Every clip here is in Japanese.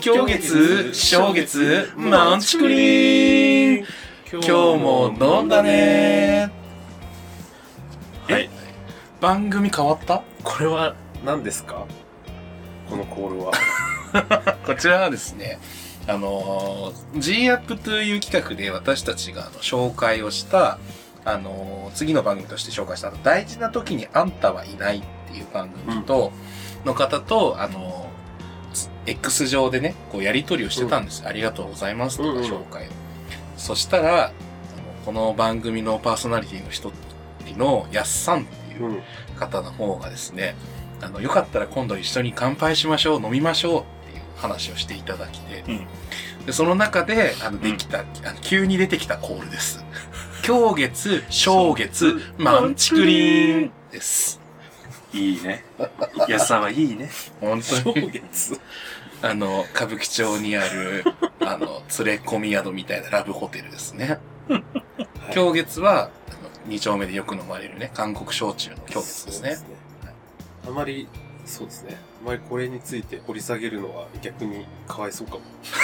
今日月、正月、マンチクリン。今日も飲んだね。はい。番組変わった？ これは何ですか？このコールは。 こちらはですね、G-Up という企画で私たちが紹介をした、次の番組として紹介した大事な時にあんたはいないっていう番組と、の方と、X 上でね、こうやり取りをしてたんです。ありがとうございますとか紹介を。そしたら、この番組のパーソナリティの一人のやっさんっていう方の方がですね、よかったら今度一緒に乾杯しましょう、飲みましょうっていう話をしていただきて、でその中で、できた、急に出てきたコールです。今日月、正月、マンチクリーンです。 いいね。安さはいいね。 本当に。 正月。 歌舞伎町にある、連れ込み宿みたいなラブホテルですね。今日月は、2丁目でよく飲まれるね、韓国焼酎の今日月ですね。 あまり、そうですね。あまりこれについて掘り下げるのは逆にかわいそうかも。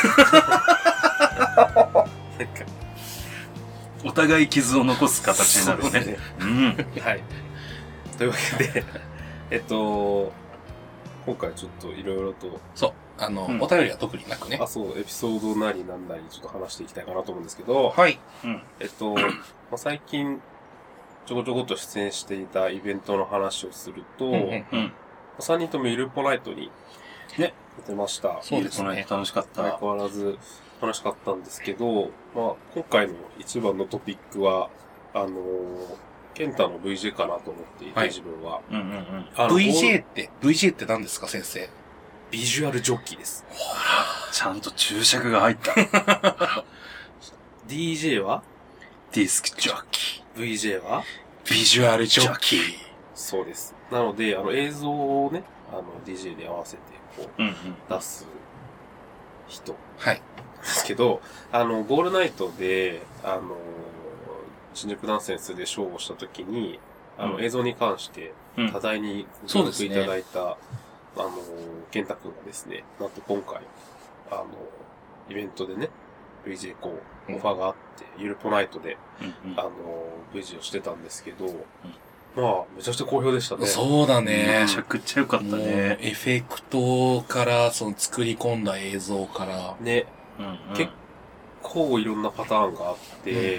なんか、 お互い傷を残す形になるね。 ね。うん。はい。というわけで、今回ちょっといろいろと。 そう。お便りは特になくね。 そう、エピソードなりなんなりちょっと話していきたいかなと思うんですけど。 はい。 最近、ちょこちょこっと出演していたイベントの話をすると、3人ともゆるポナイトに出てました。 そうですね。 楽しかった。 相変わらず楽しかったんですけど、今回の一番のトピックは、ケンタの VJ かなと思っていて、自分は。 VJ って何ですか、先生？ ビジュアルジョッキーです。 ちゃんと注釈が入った。 DJ はディスクジョッキー。VJ はビジュアルジョッキー。 そうです。なので、映像をね、DJ で合わせて、こう、出す人。 はい。 ですけど、ゴールナイトで、新宿ダンセンスでショーをしたときに、映像に関して、多大にご協力いただいた、健太くんがですね、なんと今回、イベントでね、VJ こう、オファーがあって、ゆるポナイトで、VJ をしてたんですけど、めちゃくちゃ好評でしたね。 そうだね。 めちゃくちゃ良かったね。 エフェクトから、作り込んだ映像から。 ね。結構いろんなパターンがあって、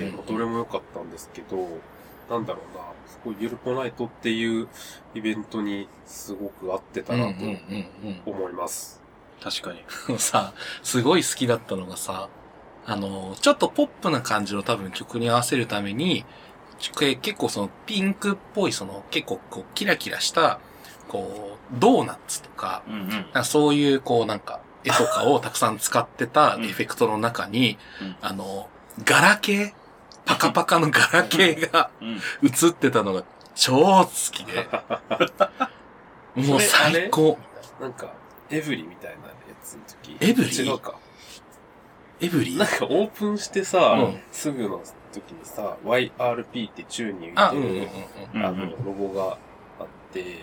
どれも良かったんですけど、なんだろうな、すごいゆるポナイトっていうイベントにすごく合ってたなと思います。 確かに。 さ、すごい好きだったのがさ、ちょっとポップな感じの多分曲に合わせるために、結構ピンクっぽい結構こうキラキラした、こう、ドーナツとか、そういう絵とかをたくさん使ってたエフェクトの中に、ガラケーパカパカのガラケーが映ってたのが超好きで。もう最高。 なんか、エブリみたいなやつの時。 エブリ？ 違うか。 エブリ？ なんかオープンしてさ、すぐの時にさ、YRP って宙に浮いてる、ロゴがあって、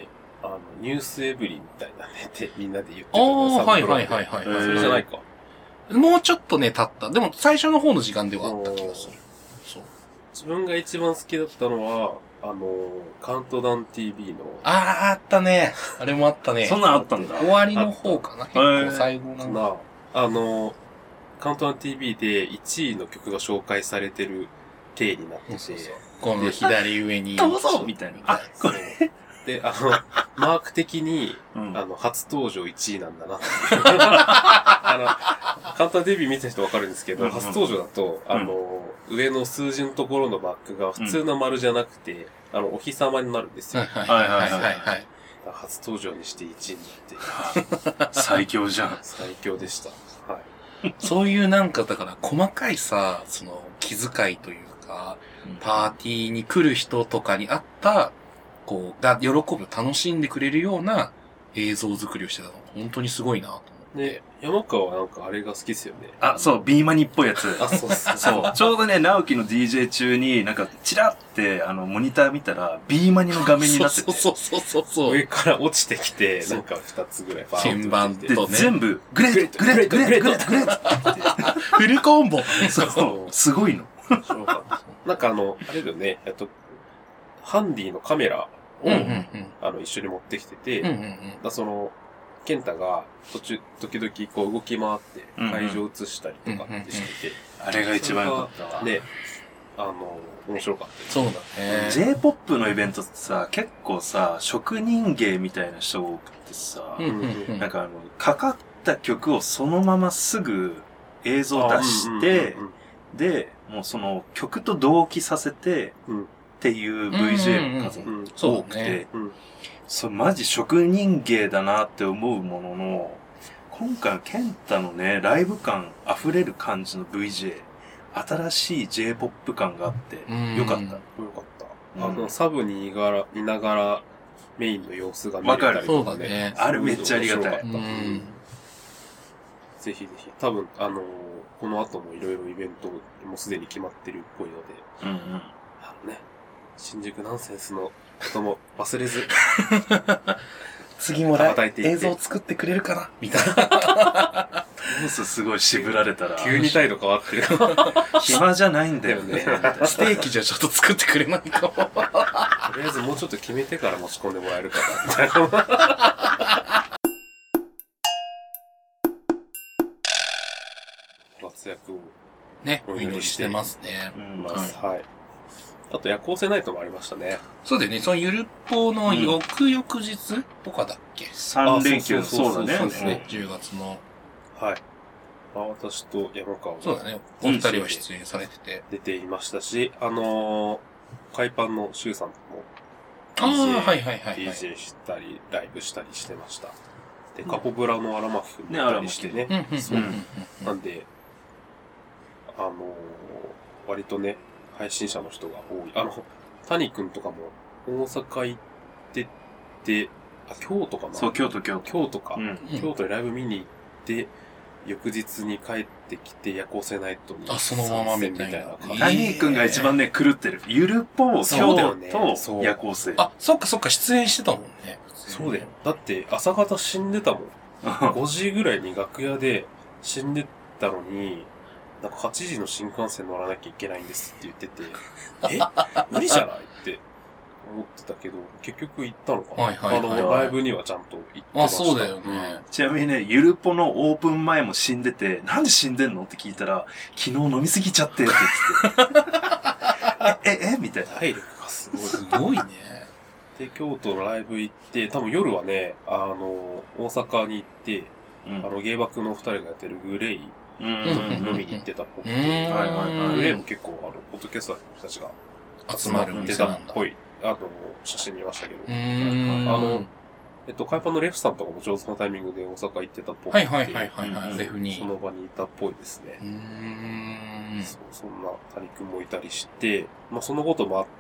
ニュースエブリみたいなねってみんなで言ってたのがはい。 それじゃないか。 もうちょっとね、経った。でも最初の方の時間ではあった気がする。そう。 自分が一番好きだったのは、カウントダウン TV の。 あったね。あれもあったね。 そんなんあったんだ。 終わりの方かな。結構最後かな。カウントダウン TV で1位の曲が紹介されてる体になってて。そうこの左上に。 どうぞみたいな。 これ。で、マーク的に、初登場1位なんだなっていう。カウントダウン TV 見た人わかるんですけど、初登場だと、上の数字のところのバックが普通の丸じゃなくて、お日様になるんですよ。 はい。 初登場にして1位になって。 最強じゃん。 最強でした。はい。 そういうだから細かいさ、気遣いというか、パーティーに来る人とかにあった、喜ぶ、楽しんでくれるような映像作りをしてたの。本当にすごいなと思って。 山川はなんかあれが好きですよね。 あ、そう、ビーマニっぽいやつ。 あ、そうそう。 そう。ちょうどね、直樹の DJ 中に、なんか、チラって、モニター見たら、ビーマニの画面になってて。 そう。 上から落ちてきて、なんか2つぐらいバーン鍵盤ととね。 全部、グレートフルコンボそう。すごいの。 なんかあれだよね、ハンディのカメラを、一緒に持ってきてて、ケンタが時々こう動き回って会場映したりとかってしてて、 あれが一番良かったわ。 で、面白かった。 そうだね。 J-POP のイベントってさ、結構さ、職人芸みたいな人多くてさ、なんかかかった曲をそのまますぐ映像出して、で、もうその曲と同期させて、っていう VJ の数が多くて、それマジ職人芸だなって思うものの、今回のケンタのね、ライブ感溢れる感じの VJ、新しい J-POP 感があって、よかった。よかった。サブにいながらメインの様子が見れたりとかね。 あれめっちゃありがたい。 ぜひぜひ。多分、この後もいろいろイベントもすでに決まってるっぽいので、ね、新宿ナンセンスのことも忘れず、 次も映像作ってくれるかなみたいな。 トースすごい渋られたら。 急に態度変わってる。 暇じゃないんだよね。 ステーキじゃちょっと作ってくれないかも。とりあえずもうちょっと決めてから持ち込んでもらえるかな、みたいな。活躍を。 ね、お祈りしてますね。 はい。あと夜行性ナイトもありましたね。 そうだよね。そのゆるっぽの翌々日とかだっけ ?3 連休。そうだね。 そうですね。10月の。 はい。私と山川そうだね。お二人は出演されてて。 出ていましたし、海パンのシュウさんも DJ したり、ライブしたりしてました。で、カポブラのアラマフもいたりしてね。そう。なんで、割とね、配信者の人が多い。谷くんとかも大阪行ってて、京都かな？ そう、京都か。 京都にライブ見に行って、翌日に帰ってきて夜行性ナイトに。 そのままみたいな感じ。 谷くんが一番ね、狂ってる。ゆるっぽ、京都と夜行性。 そっか、出演してたもんね。 そうだよ。だって、朝方死んでたもん。5時ぐらいに楽屋で死んでたのに、なんか8時の新幹線乗らなきゃいけないんですって言ってて、無理じゃないって思ってたけど、結局行ったのかな。ライブにはちゃんと行ってました。 そうだよね。 ちなみにね、ゆるぽのオープン前も死んでて、なんで死んでんのって聞いたら、昨日飲みすぎちゃってって言ってて。みたいな。 体力がすごい。 すごいね。 で、京都のライブ行って、多分夜はね、大阪に行って、芸爆の2人がやってるグレイ、飲みに行ってたっぽくて、グレイも結構、ポッドキャスターの人たちが集まる店なんだっぽい、写真見ましたけど、海パンのレフさんとかも上手なタイミングで大阪行ってたっぽくて、 レフに。 その場にいたっぽいですね。そんな谷くんもいたりして、そのこともあって、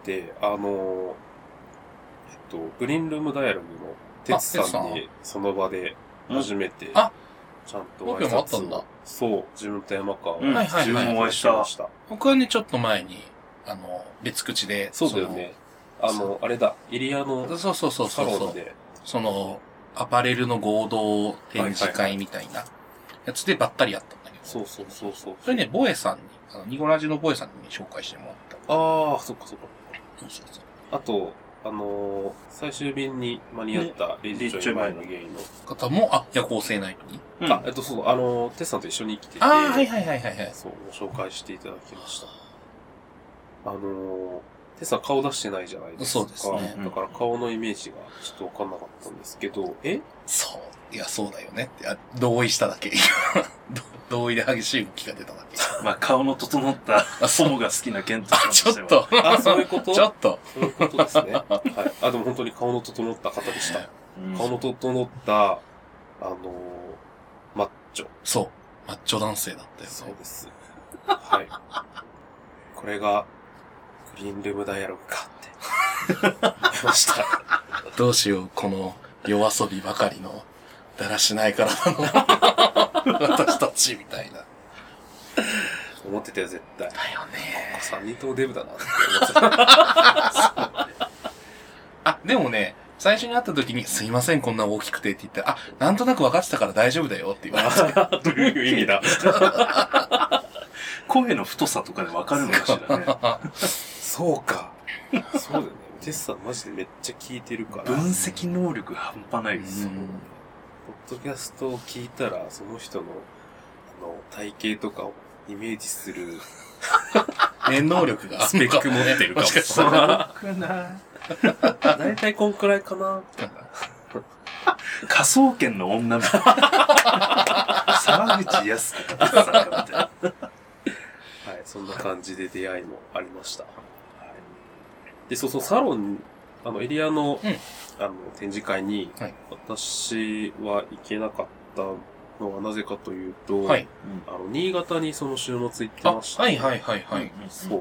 グリーンルームダイアログの哲さんにその場で初めて、ちゃんと挨拶を。そう、自分と山川を自分もお会いしました。 僕はね、ちょっと前に、別口で。 そうだよね。あれだ、エリアのサロンで。 アパレルの合同展示会みたいなやつでばったりやったんだけど。 そう。 それね、ボエさんに、ニゴラジのボエさんに紹介してもらった。 そっか。あと、最終便に間に合ったレジちょい前のゲイの方も、夜行性ナイトに。 そう、テスさんと一緒に来てて。そう、ご紹介していただきました。テスさん顔出してないじゃないですか。 そうですね。 だから顔のイメージがちょっとわかんなかったんですけど、 そう。いや、そうだよねって。同意しただけ。同意で激しい動きが出ただけ。 顔の整ったホモが好きなケントさんとしては。 ちょっと。 そういうことちょっと。 そういうことですね。はい。でも本当に顔の整った方でした。顔の整った、マッチョ。 そう。マッチョ男性だったよね。 そうです。はい。これが、グリーンルームダイアログかって思いました。 どうしよう、この夜遊びばかりのだらしないからなの。私たち、みたいな。 思ってたよ、絶対。 だよね。 3人ともデブだなって思ってた。 あ、でもね、最初に会った時に、すいません、こんな大きくてって言って、あ、なんとなく分かってたから大丈夫だよって言われて。 どういう意味だ。 声の太さとかでわかるのかしらね。 そうか。そうだよね。テスさんマジでめっちゃ聞いてるから。 分析能力半端ないですよ。 ポッドキャストを聞いたら、その人の、体型とかをイメージする念能力がスペック持ってるかも。 もしかしたらだいたいこんくらいかな。 科捜研の女みたいな。沢口靖子が出てたんだみたいな。 はい、そんな感じで出会いもありました。で、そう、サロン、エリアの、展示会に、私は行けなかったのはなぜかというと、 はい、 新潟にその週末行ってました、 はい。 そう。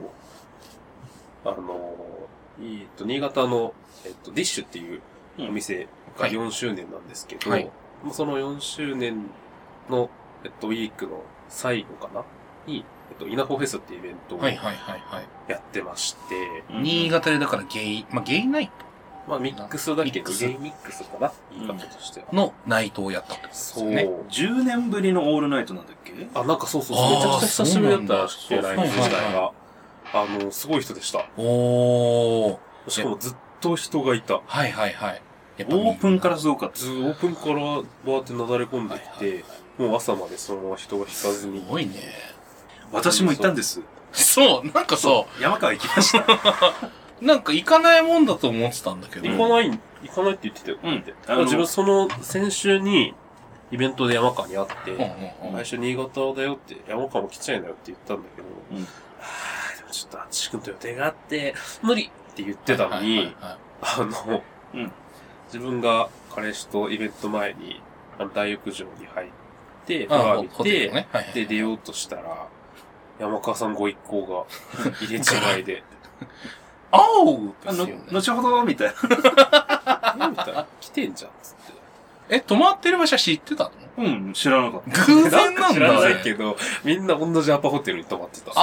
新潟の、ディッシュっていうお店が4周年なんですけど、その4周年の、ウィークの最後かなに、稲穂フェスっていうイベントをやってまして、 新潟でだからゲイナイトミックスだけど、ゲイミックスかな言い方としては。 のナイトをやったってことですよね。 10年ぶりのオールナイトなんだっけ？ なんかそう、めちゃくちゃ久しぶりだったらしくて、ライブ自体が。すごい人でした。 おー。 しかもずっと人がいた。 はい。 オープンからすごかった。 オープンからバーってなだれ込んできて、もう朝までそのまま人が引かずに。 すごいね。 私も行ったんです。 そう、なんかさ、 山川行きました。 なんか行かないもんだと思ってたんだけど。 行かないって言ってたよ。自分先週にイベントで山川に会って、最初新潟だよって、山川も来ちゃいなよって言ったんだけど、でもちょっとあつし君と予定があって、無理って言ってたのに、自分が彼氏とイベント前に大浴場に入って、風呂浴びて、で出ようとしたら、山川さんご一行が入れ違いで、 おうですよね。 後ほどみたいな。 みたいな。来てんじゃん、つって。 泊まってる場所知ってたの？ 知らなかった。 偶然なんだね。 知らないけど、みんな同じアパホテルに泊まってた。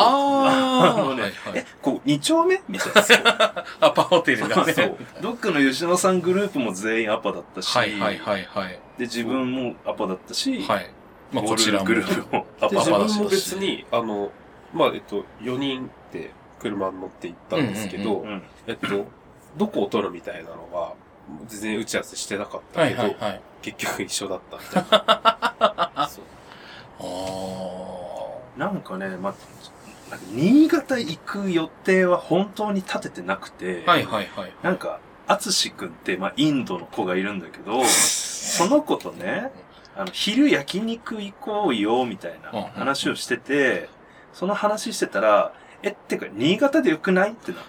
2丁目みたいな。 アパホテルがね。 そう。どっかの吉野さんグループも全員アパだったし。 で、 自分もアパだったし。 こちらも。 グループもアパだし。自分も別に、4人で、車に乗って行ったんですけど、どこを撮るみたいなのは、全然打ち合わせしてなかったけど、結局一緒だったみたいな。 なんかね、新潟行く予定は本当に立ててなくて、なんか、あつしくんって、インドの子がいるんだけど、その子とね、昼焼肉行こうよ、みたいな話をしてて、その話してたら、ってか、新潟でよくないってなった。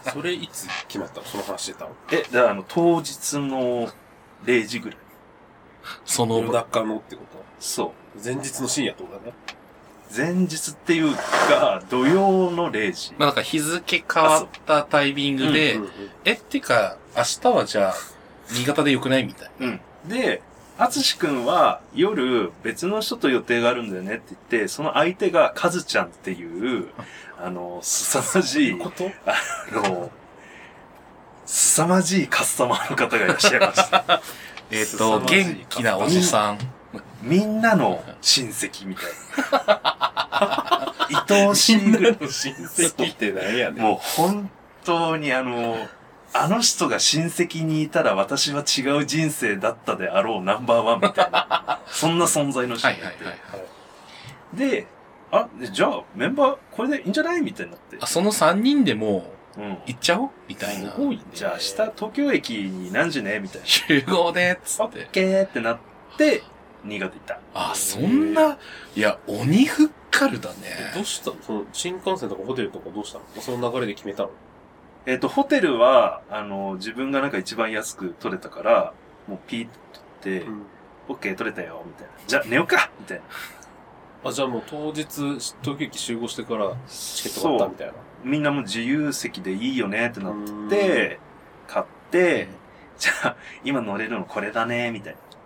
それいつ決まったの？その話してたの？ だから当日の0時ぐらい。 夜中のってこと？ そう。 前日の深夜ってことだね。 前日っていうか、土曜の0時。 なんか日付変わったタイミングで、ってか、明日はじゃあ、新潟でよくないみたいな。 で、あつしくんは夜別の人と予定があるんだよねって言って、その相手がかずちゃんっていう、凄まじい、凄まじいカスタマーの方がいらっしゃいました。 元気なおじさん。 みんなの親戚みたいな。愛おしいぐらいの親戚って何やねん。 もう本当にあの人が親戚にいたら私は違う人生だったであろうナンバーワンみたいな。そんな存在の人がいて。で、じゃあメンバーこれでいいんじゃないみたいになって。 その3人でもう行っちゃおうみたいな。 じゃあ明日東京駅に何時ねみたいな。 集合でっつって。 オッケーってなって、新潟行った。 そんな、いや、鬼ふっかるだね。 どうしたの？その新幹線とかホテルとかどうしたの？その流れで決めたの？ ホテルは、自分がなんか一番安く取れたから、もうピーッと取って、オッケー取れたよ、みたいな。じゃあ寝ようかみたいな。 じゃあもう当日、東京駅集合してからチケット買ったみたいな。 みんなも自由席でいいよねってなって、買って、じゃあ今乗れるのこれだね、みたいな。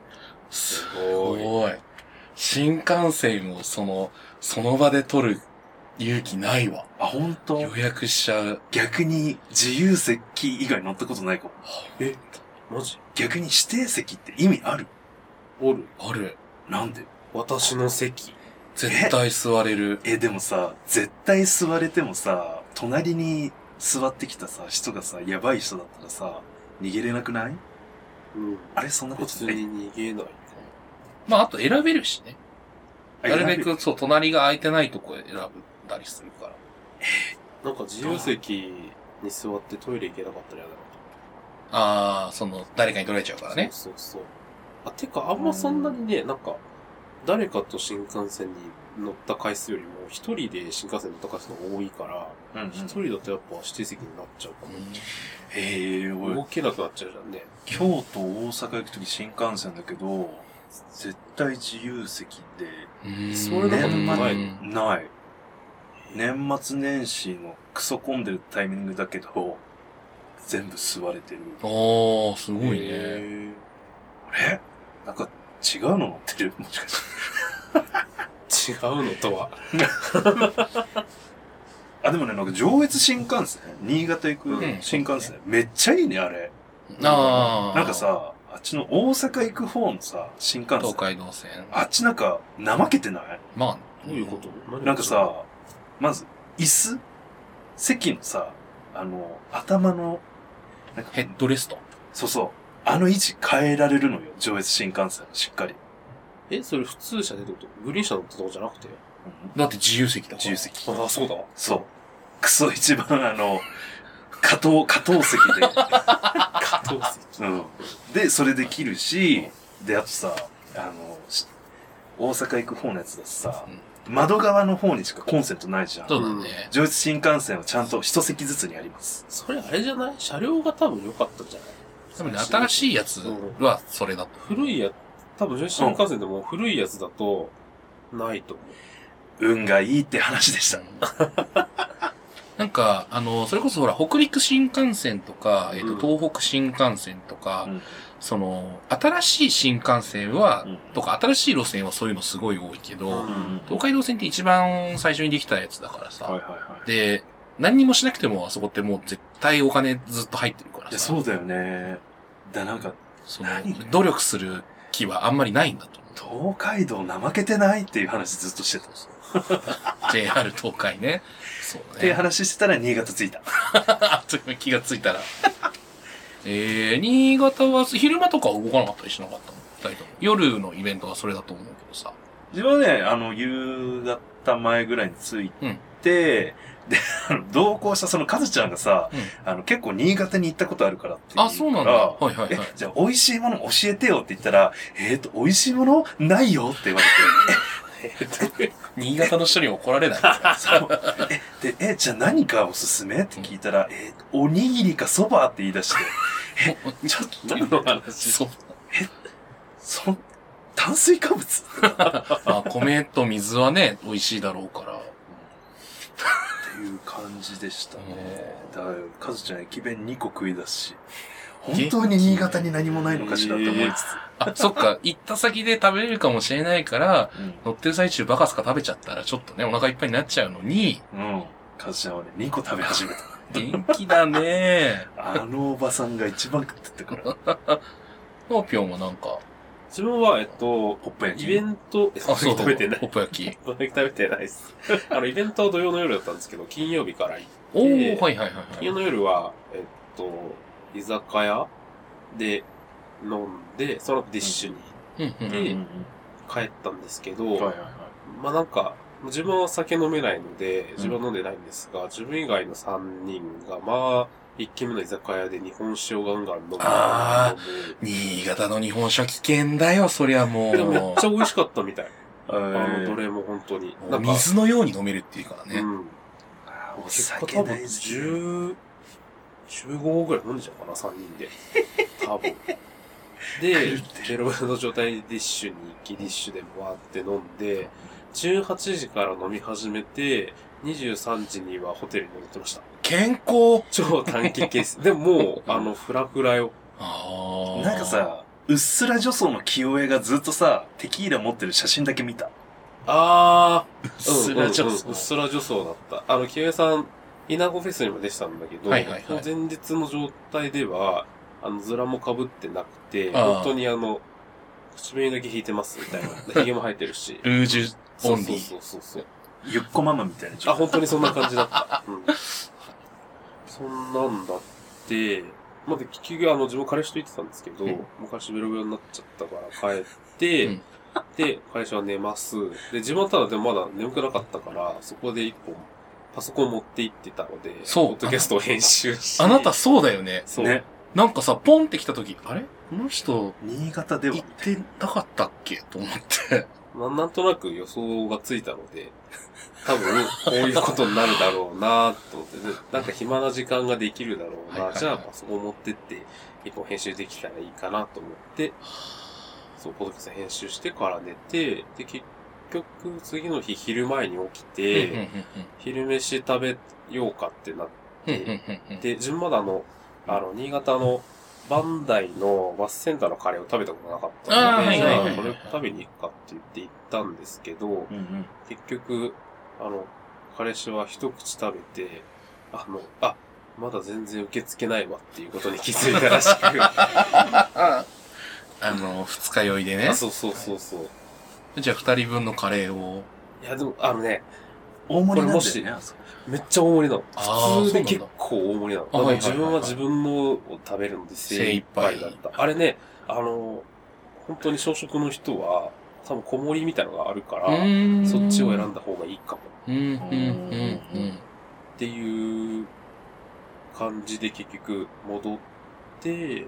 すごい。新幹線をその場で撮る勇気ないわ。 あ、ほんと？ 予約しちゃう。 逆に自由席以外乗ったことないかも。 マジ？ 逆に指定席って意味ある？ ある。 なんで？ 私の席。 絶対座れる。 でもさ、絶対座れてもさ、隣に座ってきたさ、人がさ、やばい人だったらさ、逃げれなくない？あれ、そんなことない？ 別に逃げないか。 まあ、あと選べるしね。 なるべく、そう、隣が空いてないとこ選ぶたりするから。 なんか自由席に座ってトイレ行けなかったら嫌だな。 誰かに取られちゃうからね。 そう。てか、あんまそんなにね、なんか、誰かと新幹線に乗った回数よりも、一人で新幹線乗った回数の方が多いから、一人だとやっぱ指定席になっちゃうかも。動けなくなっちゃうじゃんね。 京都、大阪行くとき新幹線だけど、絶対自由席で、 そういうのがないの？ ない。年末年始のクソ混んでるタイミングだけど、全部座れてる。 すごいね。 あれ？なんか違うの乗ってる？もしかして。 違うのとは。 でもね、なんか上越新幹線、新潟行く新幹線、めっちゃいいね、あれ。なんかさ、あっちの大阪行く方のさ、新幹線。 東海道線。 あっちなんか、怠けてない？ まあ、 どういうこと？ なんかさ、まず、椅子？席のさ、頭の、なんかヘッドレスト。 そう。あの位置変えられるのよ、上越新幹線、しっかり。 それ普通車でってこと？グリーン車乗ったとこじゃなくて？ だって自由席だから。 自由席。 あ、そうだ。 そう。クソ一番加藤席で。 加藤席。 で、それできるし、で、あとさ、大阪行く方のやつだとさ、窓側の方にしかコンセントないじゃん。 そうだね。 上越新幹線はちゃんと一席ずつにあります。 それあれじゃない？車両が多分良かったんじゃない？ 多分ね、新しいやつはそれだと。 多分上越新幹線でも古いやつだと、ないと思う。 運がいいって話でした。 なんか、それこそほら、北陸新幹線とか、東北新幹線とか、新しい新幹線は、とか、新しい路線はそういうのすごい多いけど、東海道線って一番最初にできたやつだからさ、で、何にもしなくてもあそこってもう絶対お金ずっと入ってるからさ。 そうだよね。なんか、 努力する気はあんまりないんだと思う。東海道怠けてないっていう話ずっとしてた。 JR 東海ね。そうね。 っていう話してたら新潟着いた。 気がついたら。新潟は昼間とかは動かなかったりしなかったの？二人とも。夜のイベントはそれだと思うけどさ。 自分はね、夕方前ぐらいに着いて、で、同行したそのカズちゃんがさ、結構新潟に行ったことあるからっていうから。 そうなんだ。はいはいはい。 じゃあ美味しいもの教えてよって言ったら、美味しいものないよって言われて。 新潟の人に怒られないそう。じゃあ何かおすすめって聞いたら、おにぎりかそばって言い出して、ちょっと何の話？炭水化物米と水はね、美味しいだろうから。 っていう感じでしたね。だから、カズちゃん駅弁2個食い出すし、本当に新潟に何もないのかしらって思いつつ。 そっか、行った先で食べれるかもしれないから、乗ってる最中バカスカ食べちゃったらちょっとね、お腹いっぱいになっちゃうのに、 カズちゃんはね、2個食べ始めた。 元気だね。 おばさんが一番食ってたから。 のぴょんはなんか、 自分は、 ホップ焼き。 イベント、 そう食べてない。 ホップ焼き。 ホップ焼き食べてないです。イベントは土曜の夜だったんですけど、金曜日から行って、 はいはいはい。 金曜の夜は、居酒屋で飲んで、その後ディッシュに行って、帰ったんですけど、まあなんか、自分は酒飲めないので、自分は飲んでないんですが、自分以外の3人が、まあ、一軒目の居酒屋で日本酒をガンガン飲む。 新潟の日本酒は危険だよ、そりゃもう。 でもめっちゃ美味しかったみたい。どれも本当に。 なんか水のように飲めるっていうからね。 お酒多分15合ぐらい飲んじゃうかな、3人で。多分。で、ベロベロの状態でディッシュに行き、ディッシュで回って飲んで、18時から飲み始めて、23時にはホテルに戻ってました。 健康超短期ケース。でももう、フラフラよ。 なんかさ、 うっすら女装の清江がずっとさ、テキーラ持ってる写真だけ見た。 うっすら女装。 うっすら女装だった。清江さん、イナゴフェスにも出てたんだけど、前日の状態では、ズラも被ってなくて、本当に口紅だけ引いてますみたいな。髭も生えてるし。 ルージュオンリー。 そう。 ゆっこママみたいな。 本当にそんな感じだった。そんなんだって、結局自分彼氏と言ってたんですけど、昔ベロベロになっちゃったから帰って、で、彼氏は寝ます。で、自分はただでもまだ眠くなかったから、そこで一本、パソコン持って行ってたので、ポッドキャストを編集して。 あなたそうだよね。 そう。 ね。 なんかさ、ポンって来た時、あれこの人、 新潟では行ってなかったっけと思って。 なんとなく予想がついたので、多分、こういうことになるだろうなと思って、なんか暇な時間ができるだろうな、じゃあパソコン持ってって、一本編集できたらいいかなと思って、そう、ポッドキャスト編集してから寝て、で、結局、次の日昼前に起きて、昼飯食べようかってなって、で、自分まだ新潟のバンダイのバスセンターのカレーを食べたことなかったので、じゃあこれ食べに行くかって言って行ったんですけど、結局、彼氏は一口食べて、まだ全然受け付けないわっていうことに気づいたらしく。 二日酔いでね。 そう。 じゃあ二人分のカレーを。 いや、でも、 大盛りなんだよね、 めっちゃ大盛りなの。普通で結構大盛りなの。自分は自分のを食べるので精一杯だった。あれね、本当に小食の人は、多分小盛りみたいなのがあるから、そっちを選んだ方がいいかも。っていう感じで結局戻って、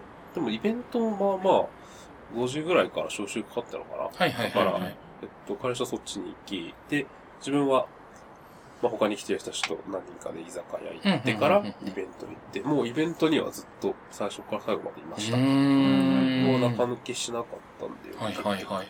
でもイベントも5時ぐらいから招集かかったのかな。だから、彼氏はそっちに行き、で、自分は、他に来てる人たちと何人かで居酒屋行ってから、イベント行って、もうイベントにはずっと最初から最後までいました。もう中抜けしなかったんで。 はい。 そんな感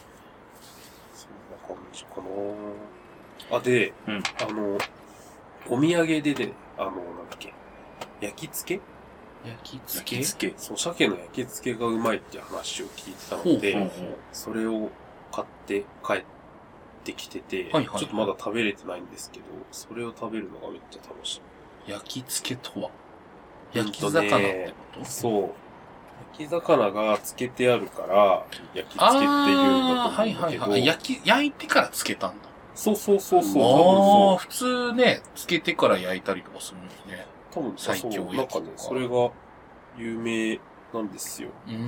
じかな。で、お土産でね、なんだっけ、焼き付けそう、鮭の焼き付けがうまいっていう話を聞いてたので、それを買って帰ってきてて、ちょっとまだ食べれてないんですけど、それを食べるのがめっちゃ楽しみ。焼き付けとは焼き魚ってこと？ そう。焼き魚が漬けてあるから、焼き付けっていうんだと思うんだけど。 焼いてから漬けたんだ。 そう。 普通ね、漬けてから焼いたりとかするのにね。 多分最強焼き。 なんかね、それが有名なんですよ。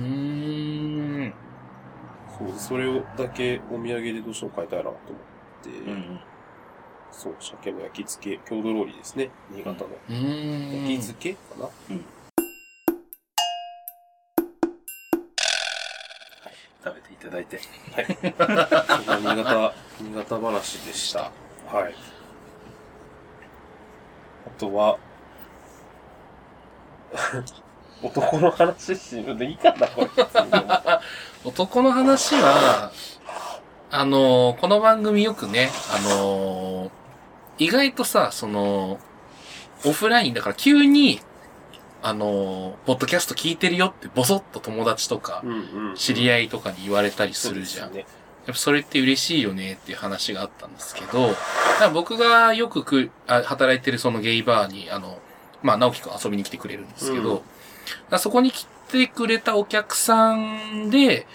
そう、それをだけお土産でどうしても買いたいなと思って、そう、鮭の焼き付け、郷土料理ですね、新潟の。焼き付けかな。 食べていただいて。 はい。そんな新潟話でした。はい。あとは、男の話しようでいいかな、これ。 男の話は、この番組よくね、意外とさ、オフラインだから急に、ポッドキャスト聞いてるよってボソッと友達とか、知り合いとかに言われたりするじゃん。やっぱそれって嬉しいよねっていう話があったんですけど、僕がよく働いてるそのゲイバーに、直樹くん遊びに来てくれるんですけど、そこに来てくれたお客さんで、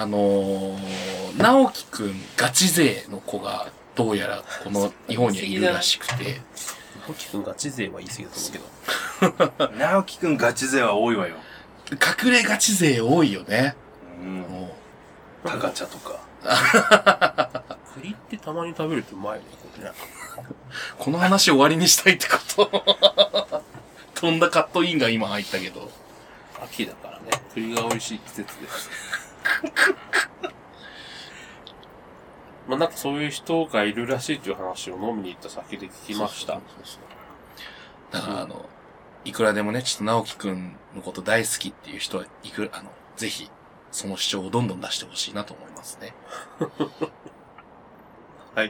直樹くんガチ勢の子がどうやらこの日本にはいるらしくて。 直樹くんガチ勢は言い過ぎだと思うけど。 直樹くんガチ勢は多いわよ。 隠れガチ勢多いよね。 タカチャとか。 栗ってたまに食べるとうまいね、これね。 この話終わりにしたいってこと飛んだカットインが今入ったけど。 秋だからね、栗が美味しい季節です。なんかそういう人がいるらしいという話を飲みに行った先で聞きました。そうだからいくらでもね、ちょっと直樹くんのこと大好きっていう人はぜひ、その主張をどんどん出してほしいなと思いますね。 はい。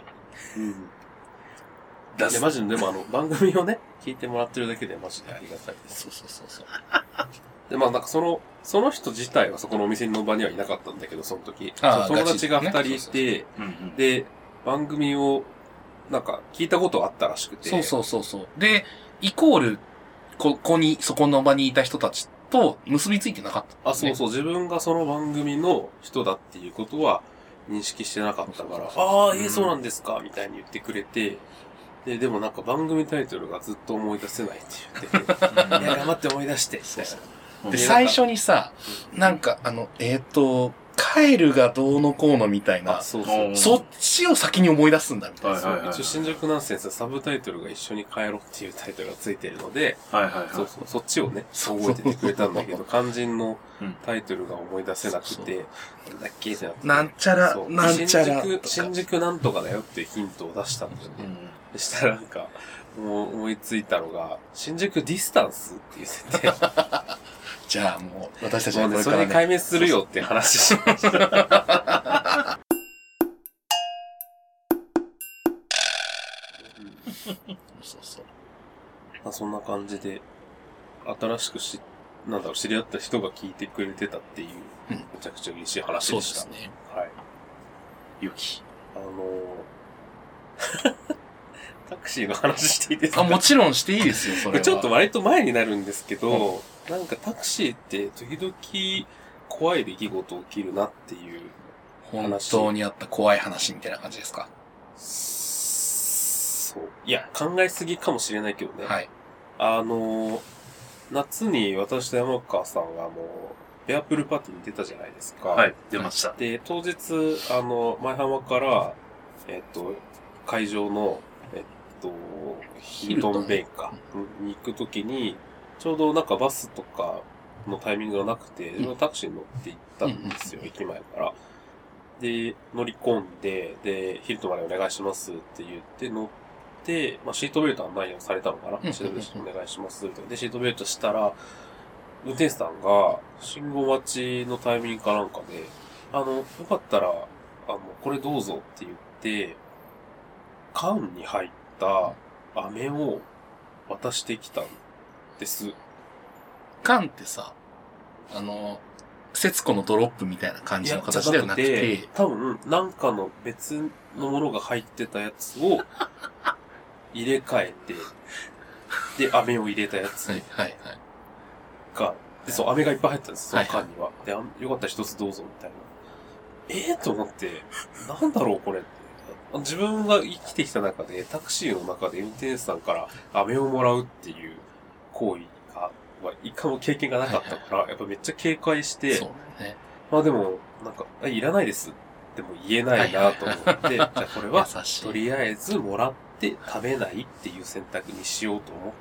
いや、マジで、でも番組をね、聞いてもらってるだけでマジでありがたいです。 そう。 で、まあなんかその人自体はそこのお店の場にはいなかったんだけど、その時。 友友達が2人いて、で、番組を、なんか聞いたことあったらしくて。 そう。で、イコール、そこの場にいた人たちと結びついてなかった、 ね。そう。自分がその番組の人だっていうことは認識してなかったから、そうなんですかみたいに言ってくれて、でもなんか番組タイトルがずっと思い出せないって言って、いや、頑張って思い出して、みたいな。 で、最初にさ、なんか、カエルがどうのこうのみたいな、そっちを先に思い出すんだみたいな。 一応新宿ナンセンスはサブタイトルが一緒に帰ろうっていうタイトルがついてるので、そっちをね、覚えててくれたんだけど、肝心のタイトルが思い出せなくて、なんだっけなんちゃら。 新宿なんとかだよっていうヒントを出したんだよね。そしたらなんか、もう思いついたのが、新宿ディスタンスっていう設定。 じゃあもう、私たちはこれからね。それで壊滅するよって話しました。そう。そんな感じで、新しく知り合った人が聞いてくれてたっていう、めちゃくちゃ嬉しい話でした。 そうですね。 はい。 良き。 タクシーの話していいですか？ もちろんしていいですよ、それは。 ちょっと割と前になるんですけど、なんかタクシーって時々怖い出来事起きるなっていう本当にあった怖い話みたいな感じですか？ そう。いや、考えすぎかもしれないけどね。 はい。 夏に私と山川さんがベアプールパーティーに出たじゃないですか。 はい、出ました。 で、当日、前浜から、会場の、ヒルトンベイか、に行くときに、ちょうどなんかバスとかのタイミングがなくて、自分タクシーに乗って行ったんですよ、駅前から。で、乗り込んで、で、ヒルトンまでお願いしますって言って乗って、シートベルト案内をされたのかな、シートベルトお願いしますって。で、シートベルトしたら、運転手さんが、信号待ちのタイミングかなんかで、よかったら、これどうぞって言って、缶に入った飴を渡してきたんです。 缶ってさ、節子のドロップみたいな感じの形ではなくて、 多分、なんかの別のものが入ってたやつを入れ替えて、で、飴を入れたやつが、で、そう、飴がいっぱい入ったんです、その缶には。で、よかったら一つどうぞ、みたいな。と思って、なんだろう、これって。自分が生きてきた中で、タクシーの中で運転手さんから飴をもらうっていう行為が、一回も経験がなかったから、やっぱめっちゃ警戒して、 そうね。 でも、なんか、いらないです。でも言えないなと思って、じゃあこれは、とりあえずもらって食べないっていう選択にしようと思って、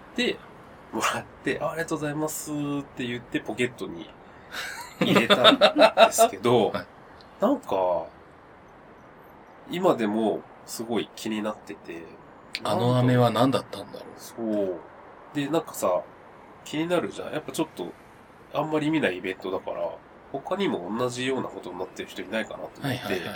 もらって、ありがとうございますって言ってポケットに入れたんですけど、なんか、今でもすごい気になってて。 あの飴は何だったんだろう。 そう。で、なんかさ、気になるじゃん。やっぱちょっと、あんまり見ないイベントだから、他にも同じようなことになってる人いないかなと思って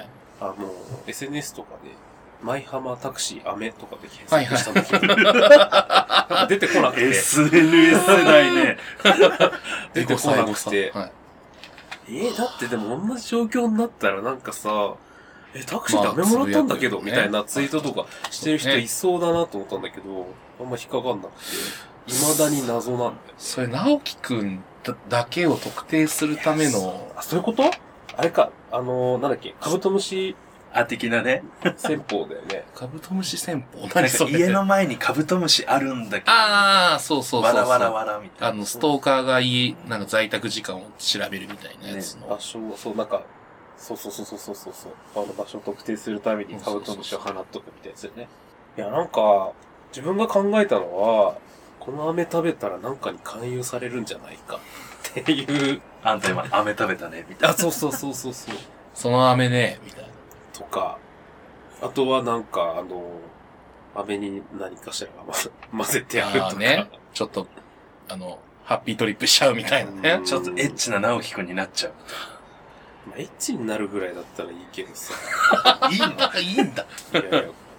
、SNS とかで、舞浜タクシー飴とかで検索したんだけど、なんか出てこなくて。 SNS 世代ね。 出てこなくて。だってでも同じ状況になったらなんかさ、タクシーで飴もらったんだけど、みたいなツイートとかしてる人いそうだなと思ったんだけど、あんま引っかかんなくて、未だに謎なんだよ。 それ、直樹くんだけを特定するための。 そういうこと？あれか、なんだっけ、カブトムシ的なね。 戦法だよね。 カブトムシ戦法？ 何それ？家の前にカブトムシあるんだけど。 そう。 わらわらわらみたいな。 ストーカーがなんか在宅時間を調べるみたいなやつの。 場所を、そう、なんか、そう。場所を特定するためにカブトムシを放っとくみたいなやつだよね。いや、なんか、自分が考えたのは、この飴食べたらなんかに勧誘されるんじゃないかっていう。 あんた今飴食べたね、みたいな。 そう。 その飴ね、みたいな。 とか、あとはなんか、飴に何かしらが混ぜてあるとか。 ね。ちょっと、ハッピートリップしちゃうみたいなね。 ちょっとエッチな直樹くんになっちゃう。 エッチになるぐらいだったらいいけどさ。 いいんだ。いや、なんか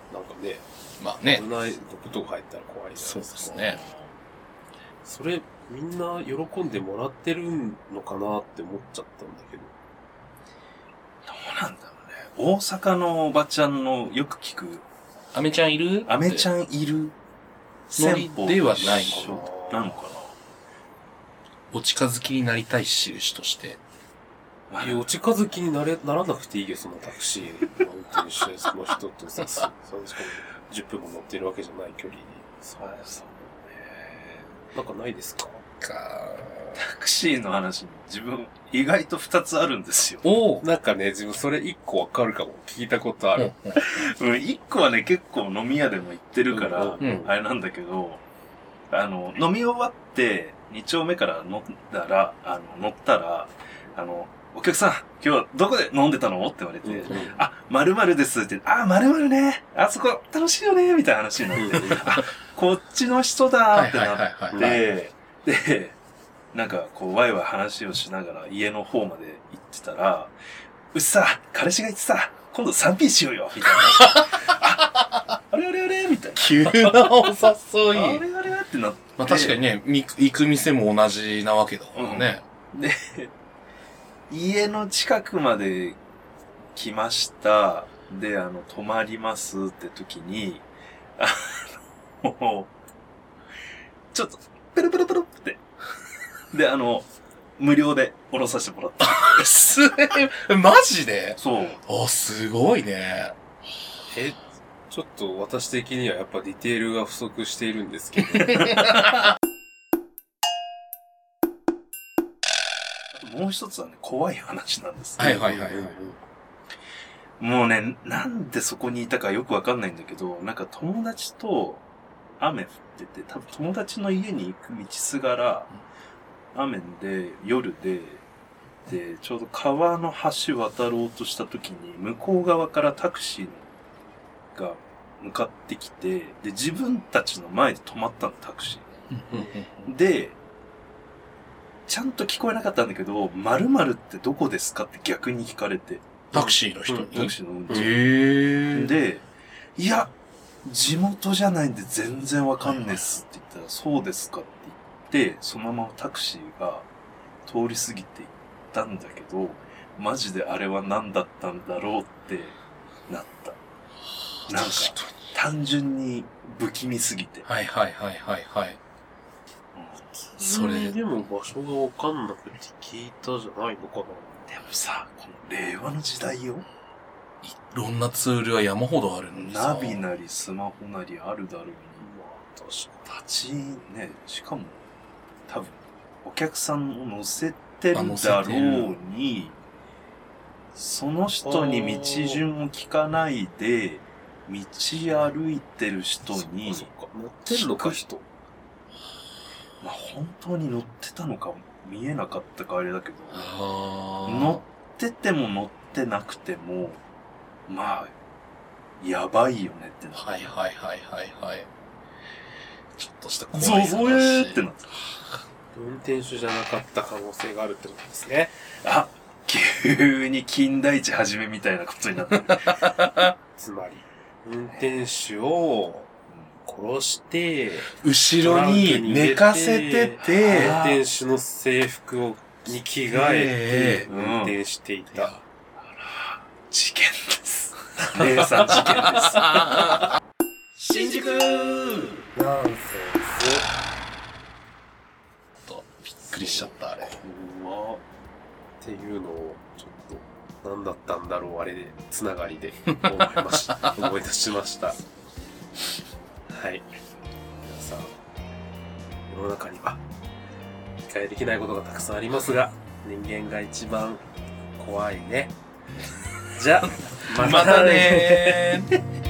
ね。 まあね。 危ない毒とか入ったら怖いじゃないですか。 そうですね。 それ、 みんな喜んでもらってるのかなって思っちゃったんだけど。 どうなんだろうね。大阪のおばちゃんのよく聞く、 アメちゃんいる？ アメちゃんいるノリではないなのかお近づきになりたい印として。 いや、お近づきにならなくていいよ、そのタクシー運転手の人とさ、しかも10分も乗ってるわけじゃない距離に。 そうですね。 なんかないですか？ タクシーの話、自分意外と2つあるんですよ。 なんかね、自分それ1個わかるかも。聞いたことある。 1個はね、結構飲み屋でも行ってるから、あれなんだけど、飲み終わって、2丁目から乗ったら、お客さん、今日はどこで飲んでたのって言われて、〇〇ですって、〇〇ね、あそこ楽しいよね、みたいな話になって、こっちの人だってなって、で、なんかこう、ワイワイ話をしながら家の方まで行ってたら、うっさ、彼氏が言ってた、今度 3P しようよ、みたいな。あれあれあれみたいな。 急なお誘い。 あれあれってなって。 まあ確かにね、行く店も同じなわけだもんね。 で、家の近くまで来ました。で、泊まりますって時に、ちょっと、ペロペロペロって。で、無料で降ろさせてもらった。 マジで？ そう。 すごいね。 ちょっと私的にはやっぱディテールが不足しているんですけど。 もう一つはね、怖い話なんですね。はいはいはい。 もうね、なんでそこにいたかよくわかんないんだけど、なんか友達と雨降ってて、多分友達の家に行く道すがら、雨で、夜で、ちょうど川の橋渡ろうとした時に、向こう側からタクシーが向かってきて、で、自分たちの前で止まったの、タクシー。で、ちゃんと聞こえなかったんだけど、〇〇ってどこですかって逆に聞かれて。 タクシーの人に？ タクシーの運転手。で、いや、地元じゃないんで全然わかんねえっすって言ったら、そうですかって言って、そのままタクシーが通り過ぎていったんだけど、マジであれは何だったんだろうってなった。なんか、単純に不気味すぎて。 はいはいはいはいはい。 それでも場所がわかんなくて聞いたじゃないのかな。 でもさ、この令和の時代よ。 いろんなツールは山ほどあるのにさ。 ナビなりスマホなりあるだろうに。 まあ確かに。ね、しかも、多分、お客さんを乗せてるだろうに、その人に道順を聞かないで、道歩いてる人に、 乗ってるのか人。 まあ本当に乗ってたのか見えなかったかあれだけど、乗ってても乗ってなくても、まあ、やばいよねってなって。 はいはいはいはいはい。ちょっとした怖い話。 ゾゾエーってなって。 運転手じゃなかった可能性があるってことですね。 急に金田一はじめみたいなことになってる。 つまり、運転手を殺して、 後ろに寝かせてて、 運転手の制服に着替えて、運転していた。 事件です。姉さん事件です。新宿ナンセンス。 びっくりしちゃった、あれ。 っていうのを、ちょっと、何だったんだろう、あれで、つながりで思い出しました。はい。皆さん、世の中には、理解できないことがたくさんありますが、人間が一番怖いね。じゃあ、 またねー。